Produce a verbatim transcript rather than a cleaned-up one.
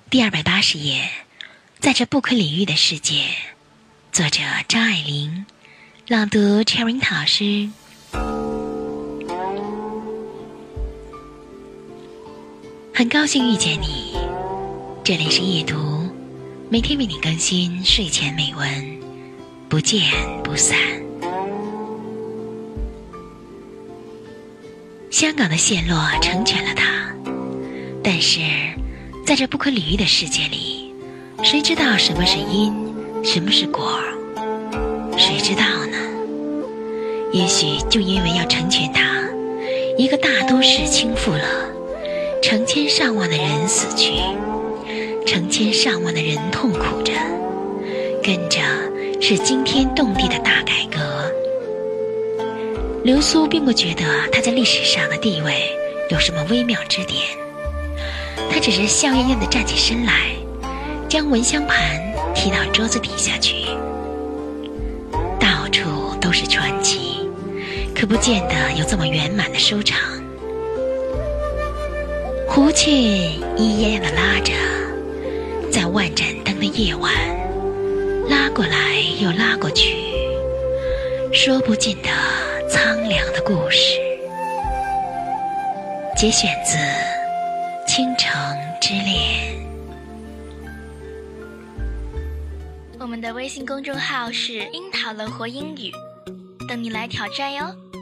第二百八十页，在这不可理喻的世界，作者张爱玲，朗读 Cherry 老师。很高兴遇见你，这里是夜读，每天为你更新睡前美文，不见不散。香港的陷落成全了他，但是在这不可理喻的世界里，谁知道什么是因，什么是果？谁知道呢？也许就因为要成全他，一个大都市倾覆了，成千上万的人死去，成千上万的人痛苦着，跟着是惊天动地的大改革。流苏并不觉得他在历史上的地位有什么微妙之点，他只是笑晏晏地站起身来，将蚊香盘踢到桌子底下去。到处都是传奇，可不见得有这么圆满的收场。胡琴咿呀呀地拉着，在万盏灯的夜晚，拉过来又拉过去，说不尽的苍凉的故事。节选自《倾城之恋》。 我们的微信公众号是樱桃乐活英语，等你来挑战哟。